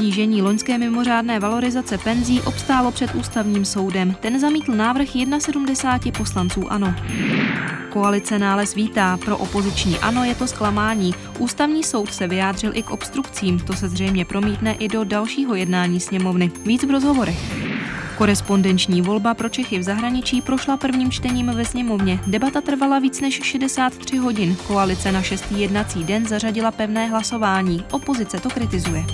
snížení loňské mimořádné valorizace penzí obstálo před ústavním soudem. Ten zamítl návrh 71 poslanců ANO. Koalice nález vítá, pro opoziční ANO je to zklamání. Ústavní soud se vyjádřil i k obstrukcím, to se zřejmě promítne i do dalšího jednání sněmovny. Víc v rozhovorech. Korespondenční volba pro Čechy v zahraničí prošla prvním čtením ve sněmovně. Debata trvala víc než 63 hodin. Koalice na 6. jednací den zařadila pevné hlasování. Opozice to kritizuje.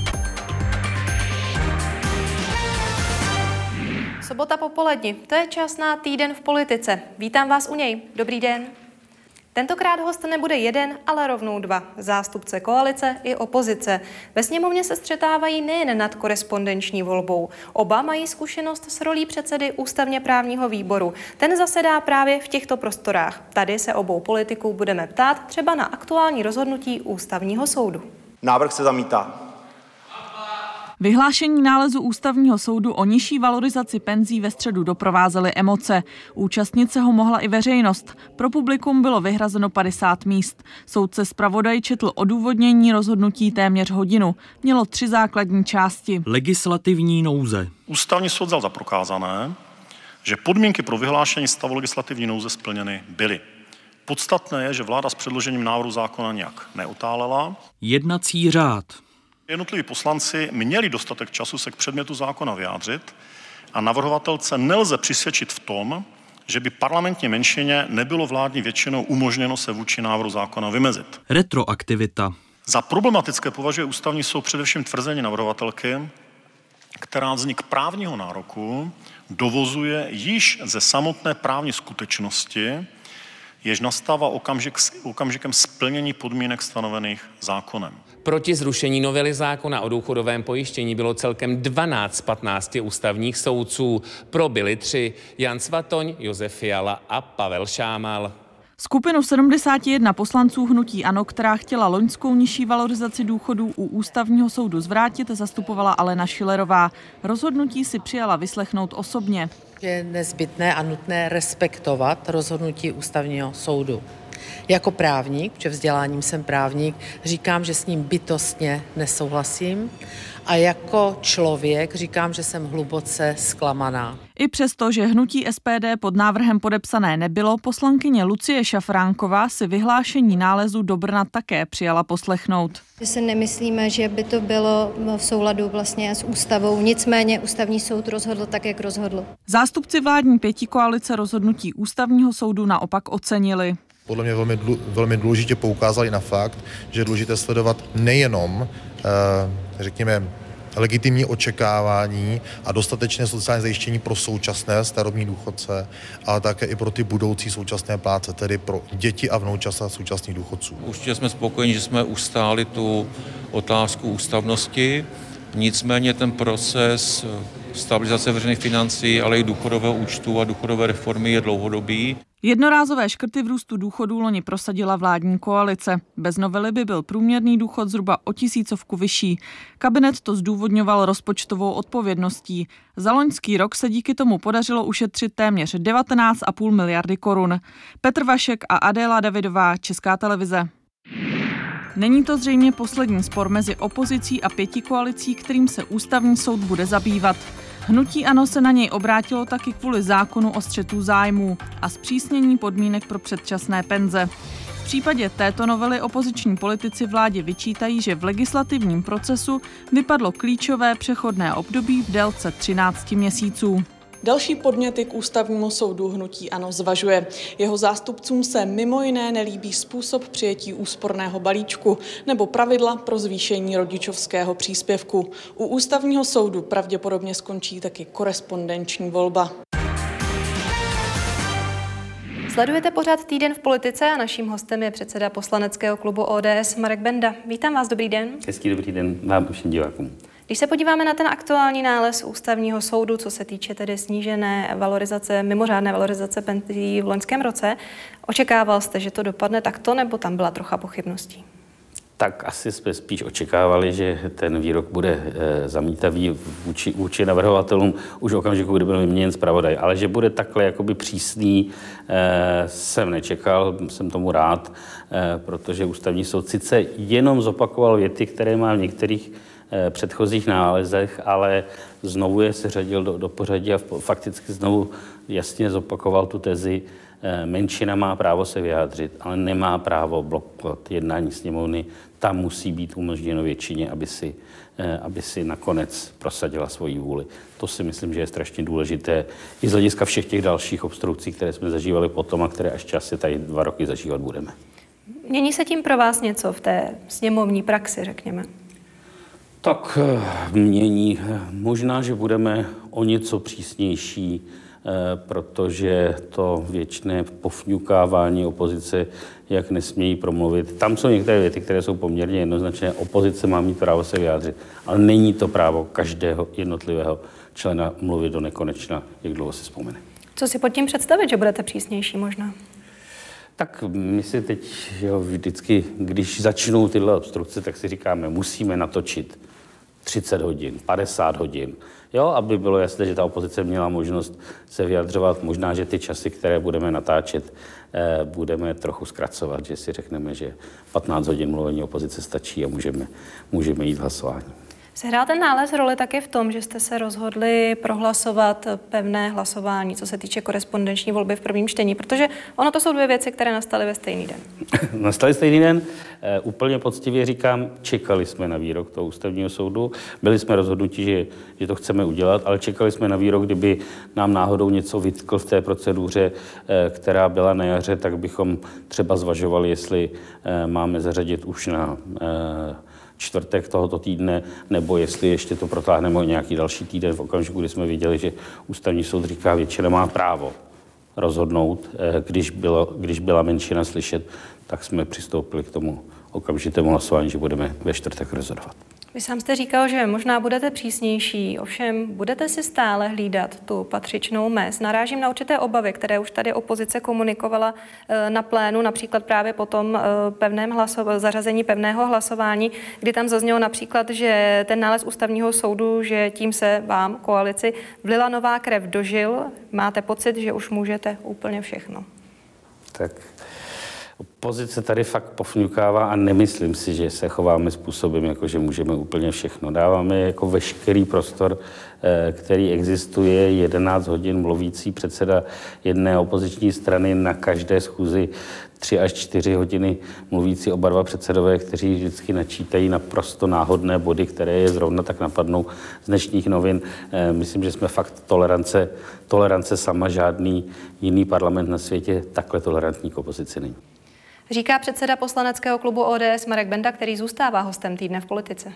Sobota popoledni, to je čas na Týden v politice. Vítám vás u něj. Dobrý den. Tentokrát host nebude jeden, ale rovnou dva. Zástupce koalice i opozice. Ve sněmovně se střetávají nejen nad korespondenční volbou. Oba mají zkušenost s rolí předsedy ústavně právního výboru. Ten zasedá právě v těchto prostorách. Tady se obou politiků budeme ptát třeba na aktuální rozhodnutí ústavního soudu. Návrh se zamítá. Vyhlášení nálezu ústavního soudu o nižší valorizaci penzí ve středu doprovázely emoce. Účastnit se ho mohla i veřejnost. Pro publikum bylo vyhrazeno 50 míst. Soudce zpravodaj četl odůvodnění rozhodnutí téměř hodinu. Mělo 3 základní části. Legislativní nouze. Ústavní soud vzal za prokázané, že podmínky pro vyhlášení stavu legislativní nouze splněny byly. Podstatné je, že vláda s předložením návrhu zákona nějak neotálela. Jednací řád. Jednotliví poslanci měli dostatek času se k předmětu zákona vyjádřit a navrhovatelce nelze přisvědčit v tom, že by parlamentní menšině nebylo vládní většinou umožněno se vůči návrhu zákona vymezit. Retroaktivita. Za problematické považuje ústavní soud především tvrzení navrhovatelky, která vznik právního nároku dovozuje již ze samotné právní skutečnosti, jež nastává okamžikem splnění podmínek stanovených zákonem. Proti zrušení novely zákona o důchodovém pojištění bylo celkem 12 z 15 ústavních soudců. Pro byli 3: Jan Svatoň, Josef Fiala a Pavel Šámal. Skupinu 71 poslanců hnutí ANO, která chtěla loňskou nižší valorizaci důchodů u ústavního soudu zvrátit, zastupovala Alena Schillerová. Rozhodnutí si přijala vyslechnout osobně. Je nezbytné a nutné respektovat rozhodnutí ústavního soudu. Jako právník, protože vzděláním jsem právník, říkám, že s ním bytostně nesouhlasím a jako člověk říkám, že jsem hluboce zklamaná. I přesto, že hnutí SPD pod návrhem podepsané nebylo, poslankyně Lucie Šafránková si vyhlášení nálezu do Brna také přijala poslechnout. Že si nemyslíme, že by to bylo v souladu vlastně s ústavou, nicméně ústavní soud rozhodl tak, jak rozhodl. Zástupci vládní pětikoalice rozhodnutí ústavního soudu naopak ocenili. Podle mě velmi důležitě poukázali na fakt, že je důležité sledovat nejenom, řekněme, legitimní očekávání a dostatečné sociální zajištění pro současné starobní důchodce, ale také i pro ty budoucí současné plátce, tedy pro děti a vnoučata současných důchodců. Určitě jsme spokojeni, že jsme ustáli tu otázku ústavnosti, nicméně ten proces stabilizace veřejných financí, ale i důchodového účtu a důchodové reformy je dlouhodobý. Jednorázové škrty v růstu důchodů loni prosadila vládní koalice. Bez novely by byl průměrný důchod zhruba o 1000 vyšší. Kabinet to zdůvodňoval rozpočtovou odpovědností. Za loňský rok se díky tomu podařilo ušetřit téměř 19,5 miliardy korun. Petr Vašek a Adéla Davidová, Česká televize. Není to zřejmě poslední spor mezi opozicí a pětikoalicí, kterým se ústavní soud bude zabývat. Hnutí ANO se na něj obrátilo taky kvůli zákonu o střetu zájmů a zpřísnění podmínek pro předčasné penze. V případě této novely opoziční politici vládě vyčítají, že v legislativním procesu vypadlo klíčové přechodné období v délce 13 měsíců. Další podněty k ústavnímu soudu hnutí ANO zvažuje. Jeho zástupcům se mimo jiné nelíbí způsob přijetí úsporného balíčku nebo pravidla pro zvýšení rodičovského příspěvku. U ústavního soudu pravděpodobně skončí taky korespondenční volba. Sledujete pořád Týden v politice a naším hostem je předseda poslaneckého klubu ODS Marek Benda. Vítám vás, dobrý den. Hezký dobrý den vám všem divákům. Když se podíváme na ten aktuální nález ústavního soudu, co se týče tedy snížené valorizace, mimořádné valorizace penzí v loňském roce, očekával jste, že to dopadne takto, nebo tam byla trocha pochybností? Tak asi jsme spíš očekávali, že ten výrok bude zamítavý vůči navrhovatelům už v okamžiku, kdy byl vyměněn zpravodaj. Ale že bude takhle jakoby přísný, jsem nečekal, jsem tomu rád, protože ústavní soud sice jenom zopakoval věty, které má v některých předchozích nálezech, ale znovu je seřadil do pořadí a fakticky znovu jasně zopakoval tu tezi, menšina má právo se vyjádřit, ale nemá právo blokovat jednání sněmovny. Tam musí být umožněno většině, aby si nakonec prosadila svoji vůli. To si myslím, že je strašně důležité i z hlediska všech těch dalších obstrukcí, které jsme zažívali potom a které až časy tady 2 roky zažívat budeme. Mění se tím pro vás něco v té sněmovní praxi, řekněme? Tak mění. Možná, že budeme o něco přísnější, protože to věčné pofňukávání opozice, jak nesmějí promluvit. Tam jsou některé věty, které jsou poměrně jednoznačné. Opozice má mít právo se vyjádřit, ale není to právo každého jednotlivého člena mluvit do nekonečna, jak dlouho si vzpomene. Co si pod tím představit, že budete přísnější možná? Tak my si teď vždycky, když začnou tyhle obstrukce, tak si říkáme, musíme natočit 30 hodin, 50 hodin, aby bylo jasné, že ta opozice měla možnost se vyjadřovat. Možná, že ty časy, které budeme natáčet, budeme trochu zkracovat, že si řekneme, že 15 hodin mluvení opozice stačí a můžeme jít hlasování. Sehrál ten nález roli také v tom, že jste se rozhodli prohlasovat pevné hlasování, co se týče korespondenční volby v prvním čtení, protože ono to jsou 2 věci, které nastaly ve stejný den. Nastaly stejný den. Úplně poctivě říkám, čekali jsme na výrok toho ústavního soudu. Byli jsme rozhodnuti, že to chceme udělat, ale čekali jsme na výrok, kdyby nám náhodou něco vytkl v té proceduře, která byla na jaře, tak bychom třeba zvažovali, jestli máme zařadit už na čtvrtek tohoto týdne, nebo jestli ještě to protáhneme nějaký další týden v okamžiku, kdy jsme viděli, že ústavní soud říká, většina má právo rozhodnout, když byla menšina slyšet, tak jsme přistoupili k tomu okamžitému hlasování, že budeme ve čtvrtek rozhodovat. Vy sám jste říkal, že možná budete přísnější, ovšem budete si stále hlídat tu patřičnou mez. Narážím na určité obavy, které už tady opozice komunikovala na plénu, například právě po tom zařazení pevného hlasování, kdy tam zaznělo například, že ten nález ústavního soudu, že tím se vám, koalici, vlila nová krev do žil. Máte pocit, že už můžete úplně všechno? Tak opozice tady fakt pofňukává a nemyslím si, že se chováme způsobem, jako že můžeme úplně všechno. Dáváme jako veškerý prostor, který existuje, 11 hodin mluvící předseda jedné opoziční strany na každé schůzi, 3 až 4 hodiny mluvící oba 2 předsedové, kteří vždycky načítají naprosto náhodné body, které je zrovna tak napadnou z dnešních novin. Myslím, že jsme fakt tolerance sama, žádný jiný parlament na světě takhle tolerantní k opozici není. Říká předseda poslaneckého klubu ODS Marek Benda, který zůstává hostem týdne v politice.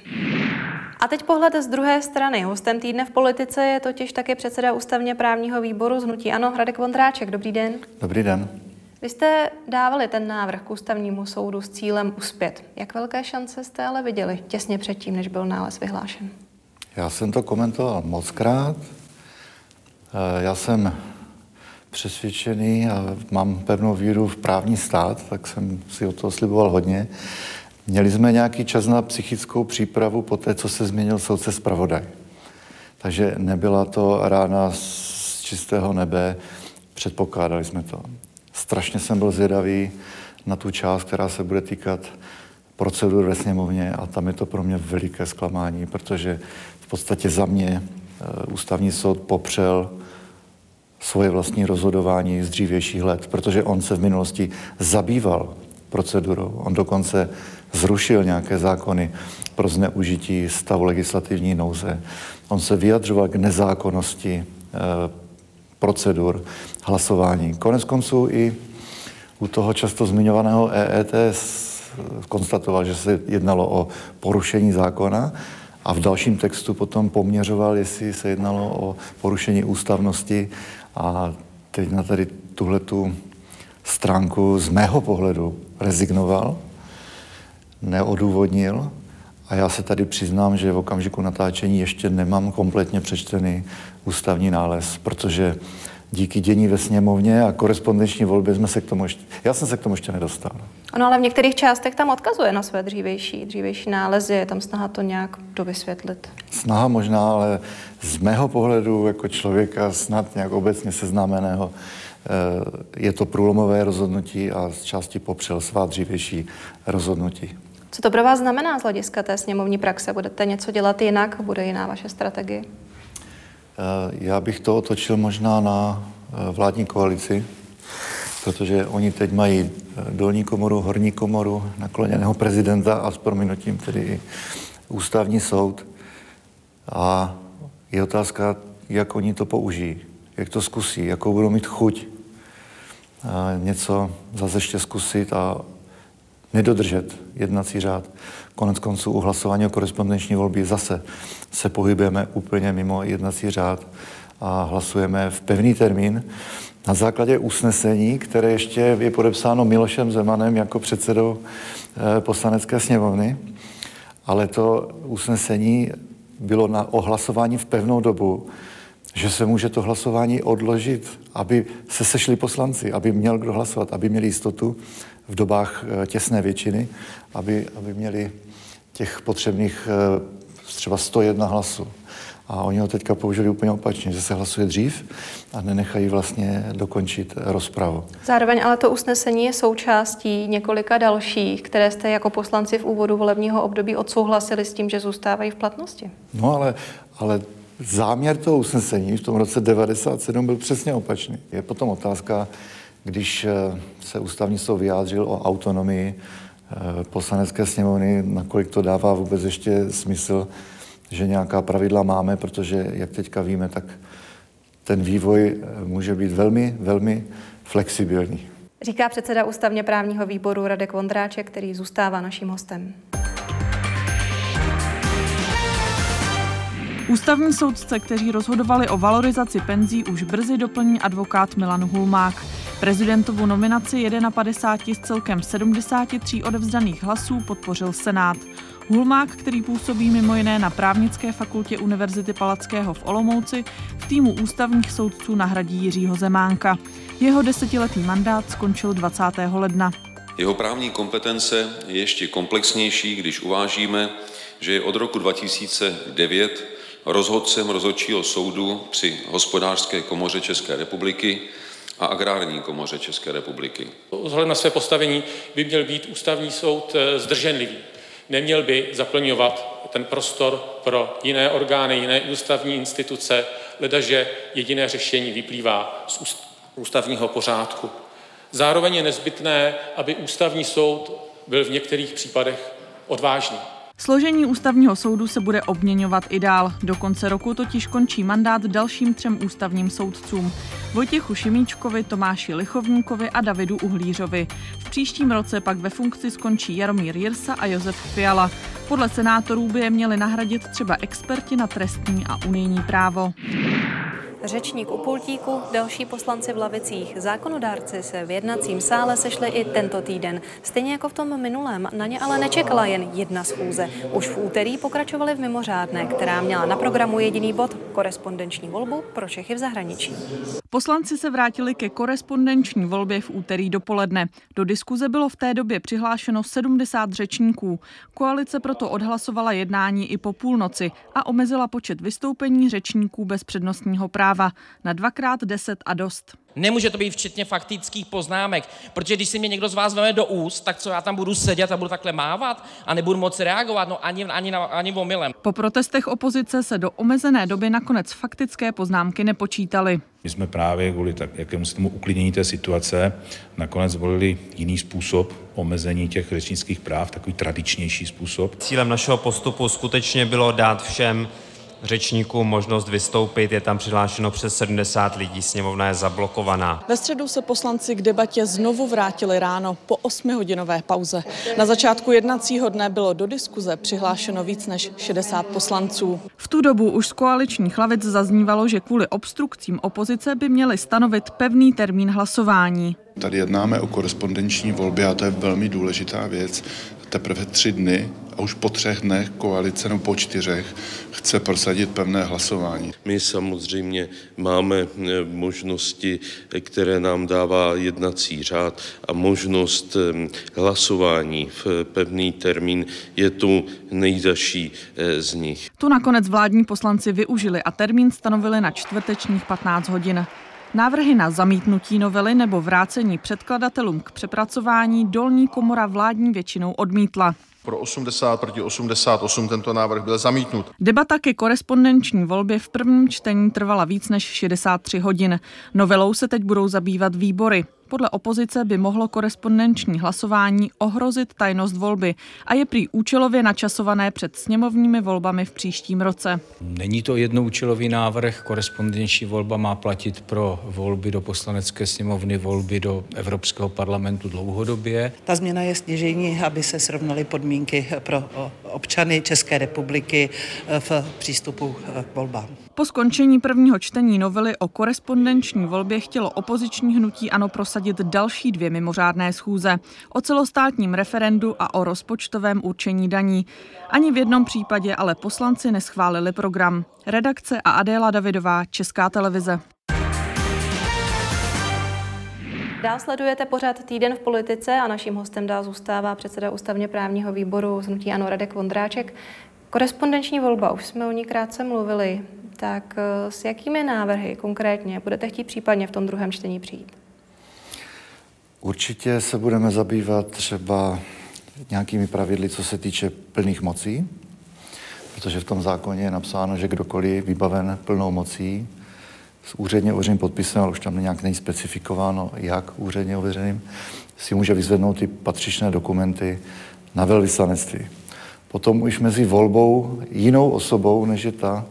A teď pohled z druhé strany. Hostem týdne v politice je totiž také předseda ústavně právního výboru z hnutí ANO Radek Vondráček. Dobrý den. Dobrý den. Vy jste dávali ten návrh k ústavnímu soudu s cílem uspět. Jak velké šance jste ale viděli těsně předtím, než byl nález vyhlášen? Já jsem to komentoval mockrát. Já jsem přesvědčený a mám pevnou víru v právní stát, tak jsem si od toho sliboval hodně. Měli jsme nějaký čas na psychickou přípravu po té, co se změnil soudce zpravodaj. Takže nebyla to rána z čistého nebe, předpokládali jsme to. Strašně jsem byl zvědavý na tu část, která se bude týkat procedur ve sněmovně a tam je to pro mě veliké zklamání, protože v podstatě za mě ústavní soud popřel svoje vlastní rozhodování z dřívějších let, protože on se v minulosti zabýval procedurou. On dokonce zrušil nějaké zákony pro zneužití stavu legislativní nouze. On se vyjadřoval k nezákonnosti procedur hlasování. Konec konců i u toho často zmiňovaného EET konstatoval, že se jednalo o porušení zákona a v dalším textu potom poměřoval, jestli se jednalo o porušení ústavnosti a teď na tady tuhletu stránku z mého pohledu rezignoval, neodůvodnil a já se tady přiznám, že v okamžiku natáčení ještě nemám kompletně přečtený ústavní nález, protože díky dění ve sněmovně a korespondenční volbě já jsem se k tomu ještě nedostal. Ano, ale v některých částech tam odkazuje na své dřívější nálezy, je tam snaha to nějak dovysvětlit. Snaha možná, ale z mého pohledu jako člověka snad nějak obecně seznámeného je to průlomové rozhodnutí a z části popřel svá dřívější rozhodnutí. Co to pro vás znamená z hlediska té sněmovní praxe? Budete něco dělat jinak? Bude jiná vaše strategie? Já bych to otočil možná na vládní koalici, protože oni teď mají dolní komoru, horní komoru, nakloněného prezidenta a s prominutím tedy i ústavní soud. A je otázka, jak oni to použijí, jak to zkusí, jakou budou mít chuť něco zase ještě zkusit a nedodržet jednací řád. Konec konců u hlasování o korespondenční volbě zase se pohybujeme úplně mimo jednací řád a hlasujeme v pevný termín na základě usnesení, které ještě je podepsáno Milošem Zemanem jako předsedou Poslanecké sněmovny, ale to usnesení bylo o hlasování v pevnou dobu, že se může to hlasování odložit, aby se sešli poslanci, aby měl kdo hlasovat, aby měli jistotu v dobách těsné většiny, aby měli těch potřebných třeba 101 hlasů. A oni ho teďka použili úplně opačně, že se hlasuje dřív a nenechají vlastně dokončit rozpravu. Zároveň ale to usnesení je součástí několika dalších, které jste jako poslanci v úvodu volebního období odsouhlasili s tím, že zůstávají v platnosti. No ale záměr toho usnesení v tom roce 1997 byl přesně opačný. Je potom otázka, když se ústavní soud vyjádřil o autonomii Poslanecké sněmovny, nakolik to dává vůbec ještě smysl, že nějaká pravidla máme, protože, jak teďka víme, tak ten vývoj může být velmi, velmi flexibilní. Říká předseda ústavně právního výboru Radek Vondráček, který zůstává naším hostem. Ústavní soudce, kteří rozhodovali o valorizaci penzí, už brzy doplní advokát Milan Hulmák. Prezidentovu nominaci 51 z celkem 73 odevzdaných hlasů podpořil Senát. Hulmák, který působí mimo jiné na Právnické fakultě Univerzity Palackého v Olomouci, v týmu ústavních soudců nahradí Jiřího Zemánka. Jeho 10letý mandát skončil 20. ledna. Jeho právní kompetence je ještě komplexnější, když uvážíme, že je od roku 2009 rozhodcem rozhodčího soudu při Hospodářské komoře České republiky a Agrární komoře České republiky. Vzhledem na své postavení by měl být ústavní soud zdrženlivý. Neměl by zaplňovat ten prostor pro jiné orgány, jiné ústavní instituce, ledaže jediné řešení vyplývá z ústavního pořádku. Zároveň je nezbytné, aby ústavní soud byl v některých případech odvážný. Složení ústavního soudu se bude obměňovat i dál. Do konce roku totiž končí mandát dalším 3 ústavním soudcům. Vojtěchu Šimíčkovi, Tomáši Lichovníkovi a Davidu Uhlířovi. V příštím roce pak ve funkci skončí Jaromír Jirsa a Josef Fiala. Podle senátorů by je měli nahradit třeba experti na trestní a unijní právo. Řečník u pultíku, další poslanci v lavicích. Zákonodárci se v jednacím sále sešli i tento týden. Stejně jako v tom minulém, na ně ale nečekala jen jedna schůze. Už v úterý pokračovali v mimořádné, která měla na programu jediný bod – korespondenční volbu pro Čechy v zahraničí. Poslanci se vrátili ke korespondenční volbě v úterý dopoledne. Do diskuze bylo v té době přihlášeno 70 řečníků. Koalice proto odhlasovala jednání i po půlnoci a omezila počet vystoupení řečníků bez přednostního práva na 2x10 a dost. Nemůže to být včetně faktických poznámek, protože když si mě někdo z vás veme do úst, tak co já tam budu sedět a budu takhle mávat a nebudu moci reagovat, no ani omylem. Po protestech opozice se do omezené doby nakonec faktické poznámky nepočítaly. My jsme právě kvůli jakémusi tomu uklidnění té situace nakonec zvolili jiný způsob omezení těch řečnických práv, takový tradičnější způsob. Cílem našeho postupu skutečně bylo dát všem řečníkům možnost vystoupit, je tam přihlášeno přes 70 lidí, sněmovna je zablokovaná. Ve středu se poslanci k debatě znovu vrátili ráno po 8hodinové pauze. Na začátku jednacího dne bylo do diskuze přihlášeno víc než 60 poslanců. V tu dobu už z koaličních lavic zaznívalo, že kvůli obstrukcím opozice by měli stanovit pevný termín hlasování. Tady jednáme o korespondenční volbě a to je velmi důležitá věc. Teprve 3 dny a už po 3 dnech koalice, nebo po 4, chce prosadit pevné hlasování. My samozřejmě máme možnosti, které nám dává jednací řád a možnost hlasování v pevný termín je tu nejdražší z nich. Tu nakonec vládní poslanci využili a termín stanovili na čtvrtečních 15 hodin. Návrhy na zamítnutí novely nebo vrácení předkladatelům k přepracování dolní komora vládní většinou odmítla. Pro 80, proti 88 tento návrh byl zamítnut. Debata ke korespondenční volbě v prvním čtení trvala víc než 63 hodin. Novelou se teď budou zabývat výbory. Podle opozice by mohlo korespondenční hlasování ohrozit tajnost volby a je prý účelově načasované před sněmovními volbami v příštím roce. Není to jednoúčelový návrh, korespondenční volba má platit pro volby do Poslanecké sněmovny, volby do Evropského parlamentu dlouhodobě. Ta změna je stěžejní, aby se srovnaly podmínky pro občany České republiky v přístupu k volbám. Po skončení prvního čtení novely o korespondenční volbě chtělo opoziční hnutí ANO prosadit další 2 mimořádné schůze o celostátním referendu a o rozpočtovém určení daní. Ani v jednom případě ale poslanci neschválili program. Redakce a Adéla Davidová, Česká televize. Dál sledujete pořád Týden v politice a naším hostem dál zůstává předseda ústavně právního výboru z hnutí ANO Radek Vondráček. Korespondenční volba, už jsme o ní krátce mluvili, tak s jakými návrhy konkrétně budete chtít případně v tom druhém čtení přijít? Určitě se budeme zabývat třeba nějakými pravidly, co se týče plných mocí, protože v tom zákoně je napsáno, že kdokoliv vybaven plnou mocí s úředně ověřeným podpisem, ale už tam nějak není specifikováno, jak úředně ověřeným, si může vyzvednout ty patřičné dokumenty na velvyslanectví. Potom už mezi volbou jinou osobou, než je ta,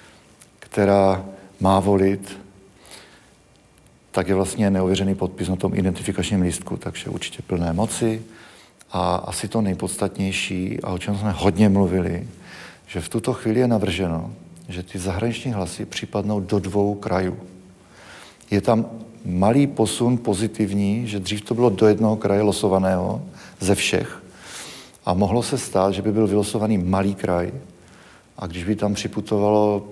která má volit, tak je vlastně neověřený podpis na tom identifikačním lístku, takže určitě plné moci. A asi to nejpodstatnější, a o čem jsme hodně mluvili, že v tuto chvíli je navrženo, že ty zahraniční hlasy připadnou do 2 krajů. Je tam malý posun pozitivní, že dřív to bylo do 1 kraje losovaného ze všech a mohlo se stát, že by byl vylosovaný malý kraj a když by tam připutovalo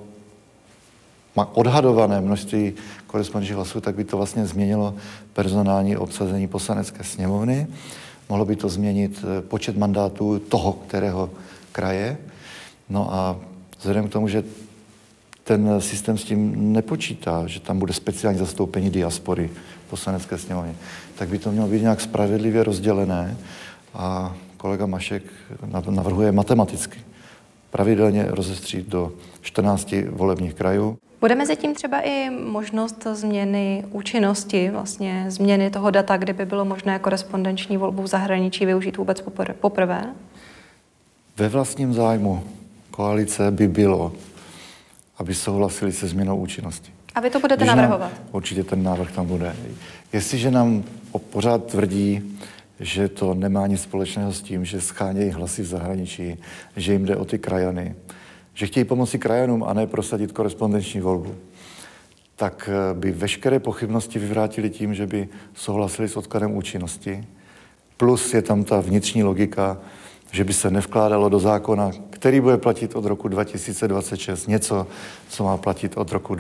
odhadované množství korespondenčních hlasů, tak by to vlastně změnilo personální obsazení Poslanecké sněmovny. Mohlo by to změnit počet mandátů toho, kterého kraje. No a vzhledem k tomu, že ten systém s tím nepočítá, že tam bude speciální zastoupení diaspory v Poslanecké sněmovně, tak by to mělo být nějak spravedlivě rozdělené a kolega Mašek navrhuje matematicky pravidelně rozestřít do 14 volebních krajů. Bude mezi tím třeba i možnost změny účinnosti, vlastně změny toho data, kdyby bylo možné korespondenční volbu v zahraničí využít vůbec poprvé? Ve vlastním zájmu koalice by bylo, aby souhlasili se změnou účinnosti. A vy to budete navrhovat? Určitě ten návrh tam bude. Jestliže nám pořád tvrdí, že to nemá nic společného s tím, že schánějí hlasy v zahraničí, že jim jde o ty krajany, že chtějí pomoci krajanům a ne prosadit korespondenční volbu, tak by veškeré pochybnosti vyvrátili tím, že by souhlasili s odkladem účinnosti. Plus je tam ta vnitřní logika, že by se nevkládalo do zákona, který bude platit od roku 2026, něco, co má platit od roku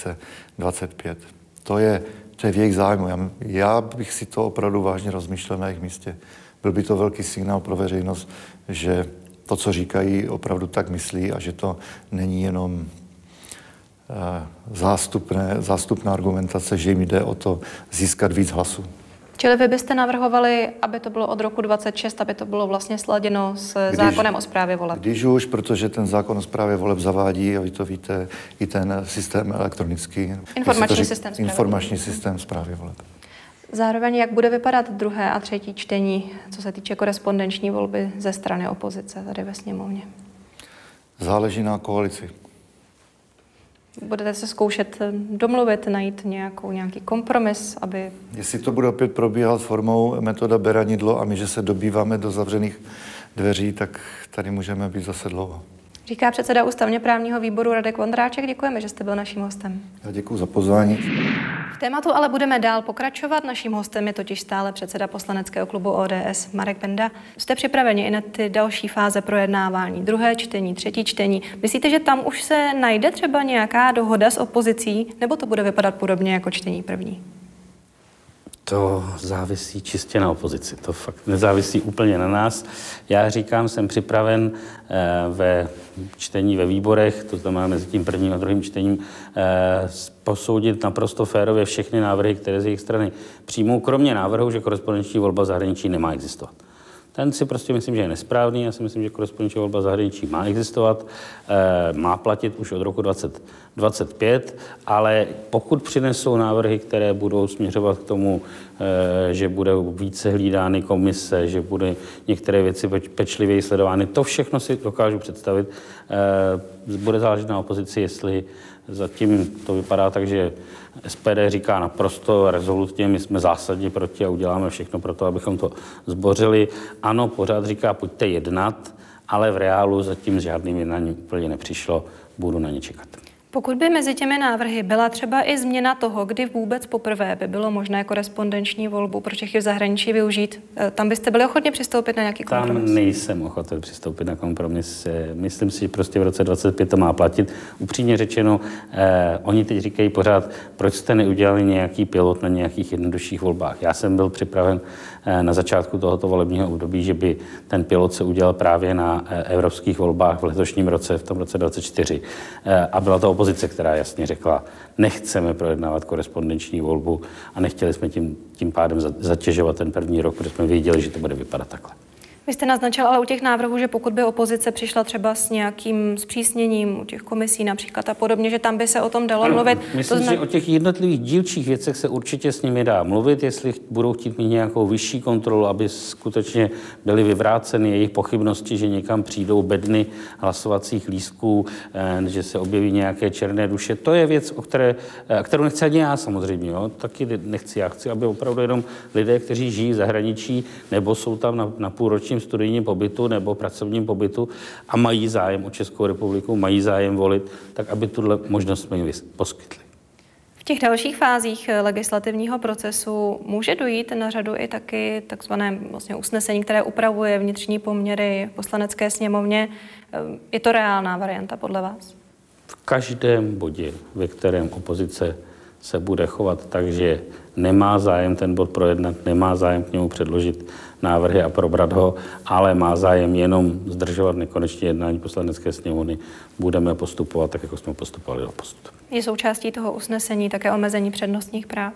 2025. To je v jejich zájmu. Já bych si to opravdu vážně rozmýšlel na jejich místě. Byl by to velký signál pro veřejnost, že to, co říkají, opravdu tak myslí a že to není jenom zástupná argumentace, že jim jde o to získat víc hlasů. Čili vy byste navrhovali, aby to bylo od roku 2026, aby to bylo vlastně sladěno s zákonem o správě voleb? Když už, protože ten zákon o správě voleb zavádí, a vy to víte, i ten systém elektronický. Informační systém správy voleb. Zároveň, jak bude vypadat druhé a třetí čtení, co se týče korespondenční volby ze strany opozice tady ve sněmovně? Záleží na koalici. Budete se zkoušet domluvit, najít nějaký kompromis, aby... Jestli to bude opět probíhat formou metoda beranidlo a my, že se dobýváme do zavřených dveří, tak tady můžeme být zase dlouho. Říká předseda ústavně právního výboru Radek Vondráček. Děkujeme, že jste byl naším hostem. Já děkuji za pozvání. V tématu ale budeme dál pokračovat. Naším hostem je totiž stále předseda poslaneckého klubu ODS Marek Benda. Jste připraveni i na ty další fáze projednávání? Druhé čtení, třetí čtení. Myslíte, že tam už se najde třeba nějaká dohoda s opozicí, nebo to bude vypadat podobně jako čtení první? To závisí čistě na opozici. To fakt nezávisí úplně na nás. Já říkám, jsem připraven ve čtení ve výborech, to znamená mezi tím prvním a druhým čtením, posoudit naprosto férově všechny návrhy, které z jejich strany přijmou, kromě návrhu, že korespondenční volba v zahraničí nemá existovat. Ten si prostě myslím, že je nesprávný. Já si myslím, že korespondenční volba zahraničí má existovat, má platit už od roku 2025, ale pokud přinesou návrhy, které budou směřovat k tomu, že bude více hlídány komise, že bude některé věci pečlivěji sledovány, to všechno si dokážu představit. Bude záležet na opozici, jestli zatím to vypadá tak, že SPD říká naprosto rezolutně, my jsme zásadně proti a uděláme všechno pro to, abychom to zbořili. ANO pořád říká, pojďte jednat, ale v reálu zatím s žádným jednáním úplně nepřišlo, budu na ně čekat. Pokud by mezi těmi návrhy byla třeba i změna toho, kdy vůbec poprvé by bylo možné korespondenční volbu pro Čechy v zahraničí využít, tam byste byli ochotni přistoupit na nějaký kompromis? Tam nejsem ochoten přistoupit na kompromis. Myslím si, že prostě v roce 2025 to má platit. Upřímně řečeno, oni teď říkají pořád, proč jste neudělali nějaký pilot na nějakých jednodušších volbách. Já jsem byl připraven na začátku tohoto volebního období, že by ten pilot se udělal právě na evropských volbách v letošním roce, v tom roce 2024. A byla to opozice, která jasně řekla, nechceme projednávat korespondenční volbu a nechtěli jsme tím pádem zatěžovat ten první rok, protože jsme věděli, že to bude vypadat takhle. Vy jste naznačil ale u těch návrhů, že pokud by opozice přišla třeba s nějakým zpřísněním u těch komisí například a podobně, že tam by se o tom dalo mluvit. Myslím, že o těch jednotlivých dílčích věcech se určitě s nimi dá mluvit, jestli budou chtít mít nějakou vyšší kontrolu, aby skutečně byly vyvráceny jejich pochybnosti, že někam přijdou bedny hlasovacích lístků, že se objeví nějaké černé duše. To je věc, kterou nechci ani já samozřejmě. Jo? Taky nechci. Já chci, aby opravdu jenom lidé, kteří žijí v zahraničí nebo jsou tam na půlročním studijním pobytu nebo pracovním pobytu a mají zájem o Českou republiku, mají zájem volit, tak aby tuhle možnost jsme jim poskytli. V těch dalších fázích legislativního procesu může dojít na řadu i taky takzvané vlastně usnesení, které upravuje vnitřní poměry v Poslanecké sněmovně. Je to reálná varianta podle vás? V každém bodě, ve kterém opozice se bude chovat tak, že nemá zájem ten bod projednat, nemá zájem k němu předložit návrhy a probrat ho, ale má zájem jenom zdržovat nekonečně jednání Poslanecké sněmovny, budeme postupovat tak, jako jsme postupovali doposud. Je součástí toho usnesení také omezení přednostních práv?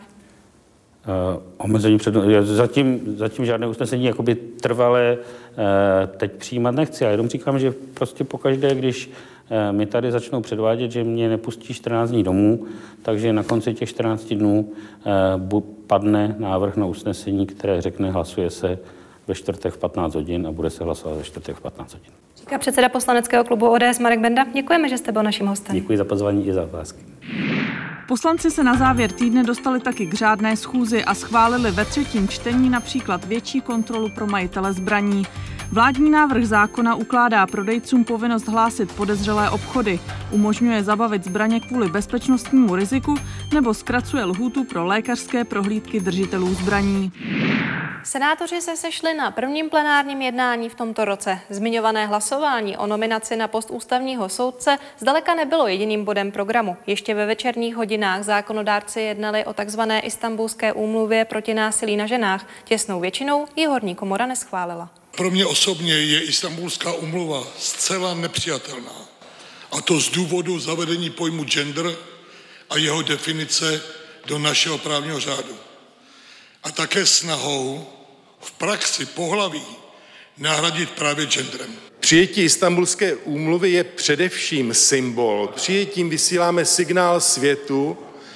Omezení zatím žádné usnesení jakoby trvalé teď přijímat nechci. Já jenom říkám, že prostě pokaždé, když mi tady začnou předvádět, že mě nepustí 14 dní domů, takže na konci těch 14 dnů padne návrh na usnesení, které řekne, hlasuje se ve čtvrtek v 15 hodin a bude se hlasovat ve čtvrtek v 15 hodin. Říká předseda poslaneckého klubu ODS Marek Benda. Děkujeme, že jste byl naším hostem. Děkuji za pozvání i za otázky. Poslanci se na závěr týdne dostali taky k řádné schůzi a schválili ve třetím čtení například větší kontrolu pro majitele zbraní. Vládní návrh zákona ukládá prodejcům povinnost hlásit podezřelé obchody, umožňuje zabavit zbraně kvůli bezpečnostnímu riziku nebo zkracuje lhůtu pro lékařské prohlídky držitelů zbraní. Senátoři se sešli na prvním plenárním jednání v tomto roce. Zmiňované hlasování o nominaci na post ústavního soudce zdaleka nebylo jediným bodem programu. Ještě ve večerních hodinách zákonodárci jednali o takzvané Istanbulské úmluvě proti násilí na ženách. Těsnou většinou ji horní komora neschválila. Pro mě osobně je Istanbulská úmluva zcela nepřijatelná. A to z důvodu zavedení pojmu gender a jeho definice do našeho právního řádu. A také snahou v praxi pohlaví nahradit právě genderem. Přijetí Istanbulské úmluvy je především symbol. Přijetím vysíláme signál světu,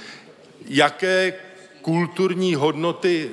jaké kulturní hodnoty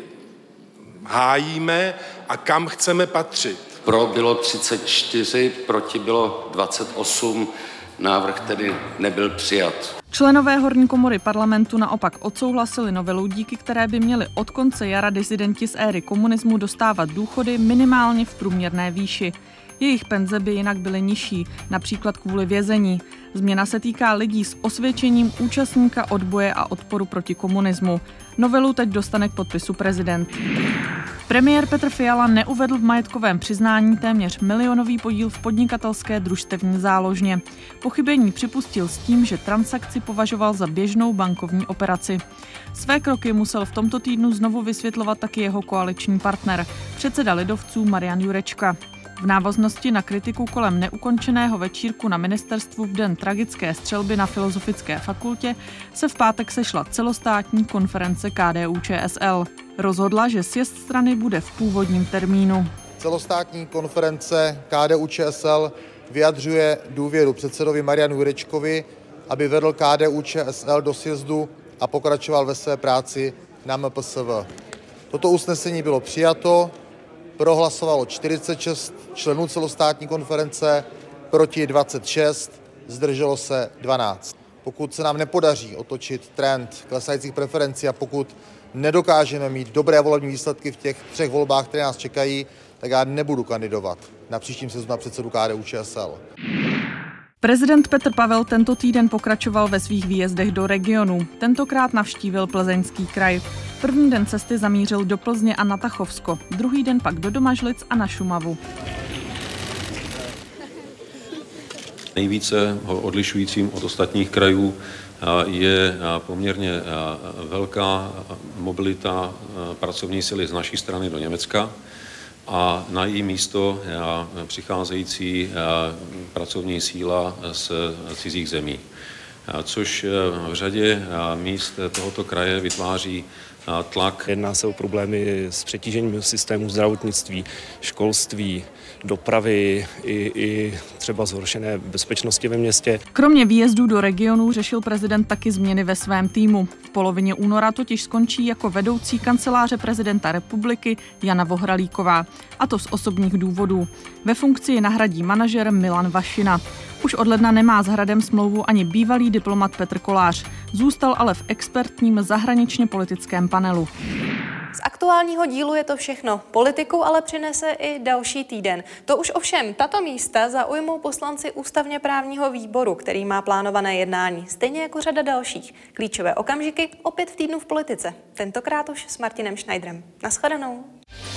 hájíme a kam chceme patřit. Pro bylo 34, proti bylo 28, návrh tedy nebyl přijat. Členové horní komory parlamentu naopak odsouhlasili novelu, díky které by měli od konce jara disidenti z éry komunismu dostávat důchody minimálně v průměrné výši. Jejich penze by jinak byly nižší, například kvůli vězení. Změna se týká lidí s osvědčením účastníka odboje a odporu proti komunismu. Novelu teď dostane k podpisu prezident. Premiér Petr Fiala neuvedl v majetkovém přiznání téměř milionový podíl v podnikatelské družstevní záložně. Pochybení připustil s tím, že transakci považoval za běžnou bankovní operaci. Své kroky musel v tomto týdnu znovu vysvětlovat taky jeho koaliční partner, předseda lidovců Marian Jurečka. V návaznosti na kritiku kolem neukončeného večírku na ministerstvu v den tragické střelby na Filozofické fakultě se v pátek sešla celostátní konference KDU-ČSL. Rozhodla, že sjezd strany bude v původním termínu. Celostátní konference KDU-ČSL vyjadřuje důvěru předsedovi Marianu Jurečkovi, aby vedl KDU-ČSL do sjezdu a pokračoval ve své práci na MPSV. Toto usnesení bylo přijato, prohlasovalo 46 členů celostátní konference, proti 26, zdrželo se 12. Pokud se nám nepodaří otočit trend klesajících preferencí a pokud nedokážeme mít dobré volební výsledky v těch 3 volbách, které nás čekají, tak já nebudu kandidovat na příštím sjezdu na předsedu KDU-ČSL. Prezident Petr Pavel tento týden pokračoval ve svých výjezdech do regionu. Tentokrát navštívil Plzeňský kraj. První den cesty zamířil do Plzně a na Tachovsko, druhý den pak do Domažlic a na Šumavu. Nejvíce odlišujícím od ostatních krajů je poměrně velká mobilita pracovní síly z naší strany do Německa a na její místo přicházející pracovní síla z cizích zemí, což v řadě míst tohoto kraje vytváří tlak. Jedná se o problémy s přetížením systému zdravotnictví, školství, dopravy i třeba zhoršené bezpečnosti ve městě. Kromě výjezdů do regionů řešil prezident taky změny ve svém týmu. V polovině února totiž skončí jako vedoucí kanceláře prezidenta republiky Jana Vohralíková, a to z osobních důvodů. Ve funkci je nahradí manažer Milan Vašina. Už od ledna nemá s Hradem smlouvu ani bývalý diplomat Petr Kolář. Zůstal ale v expertním zahraničně politickém panelu. Z aktuálního dílu je to všechno. Politiku ale přinese i další týden. To už ovšem tato místa zaujmou poslanci ústavně právního výboru, který má plánované jednání, stejně jako řada dalších. Klíčové okamžiky opět v týdnu v politice. Tentokrát už s Martinem Schneiderem. Naschledanou.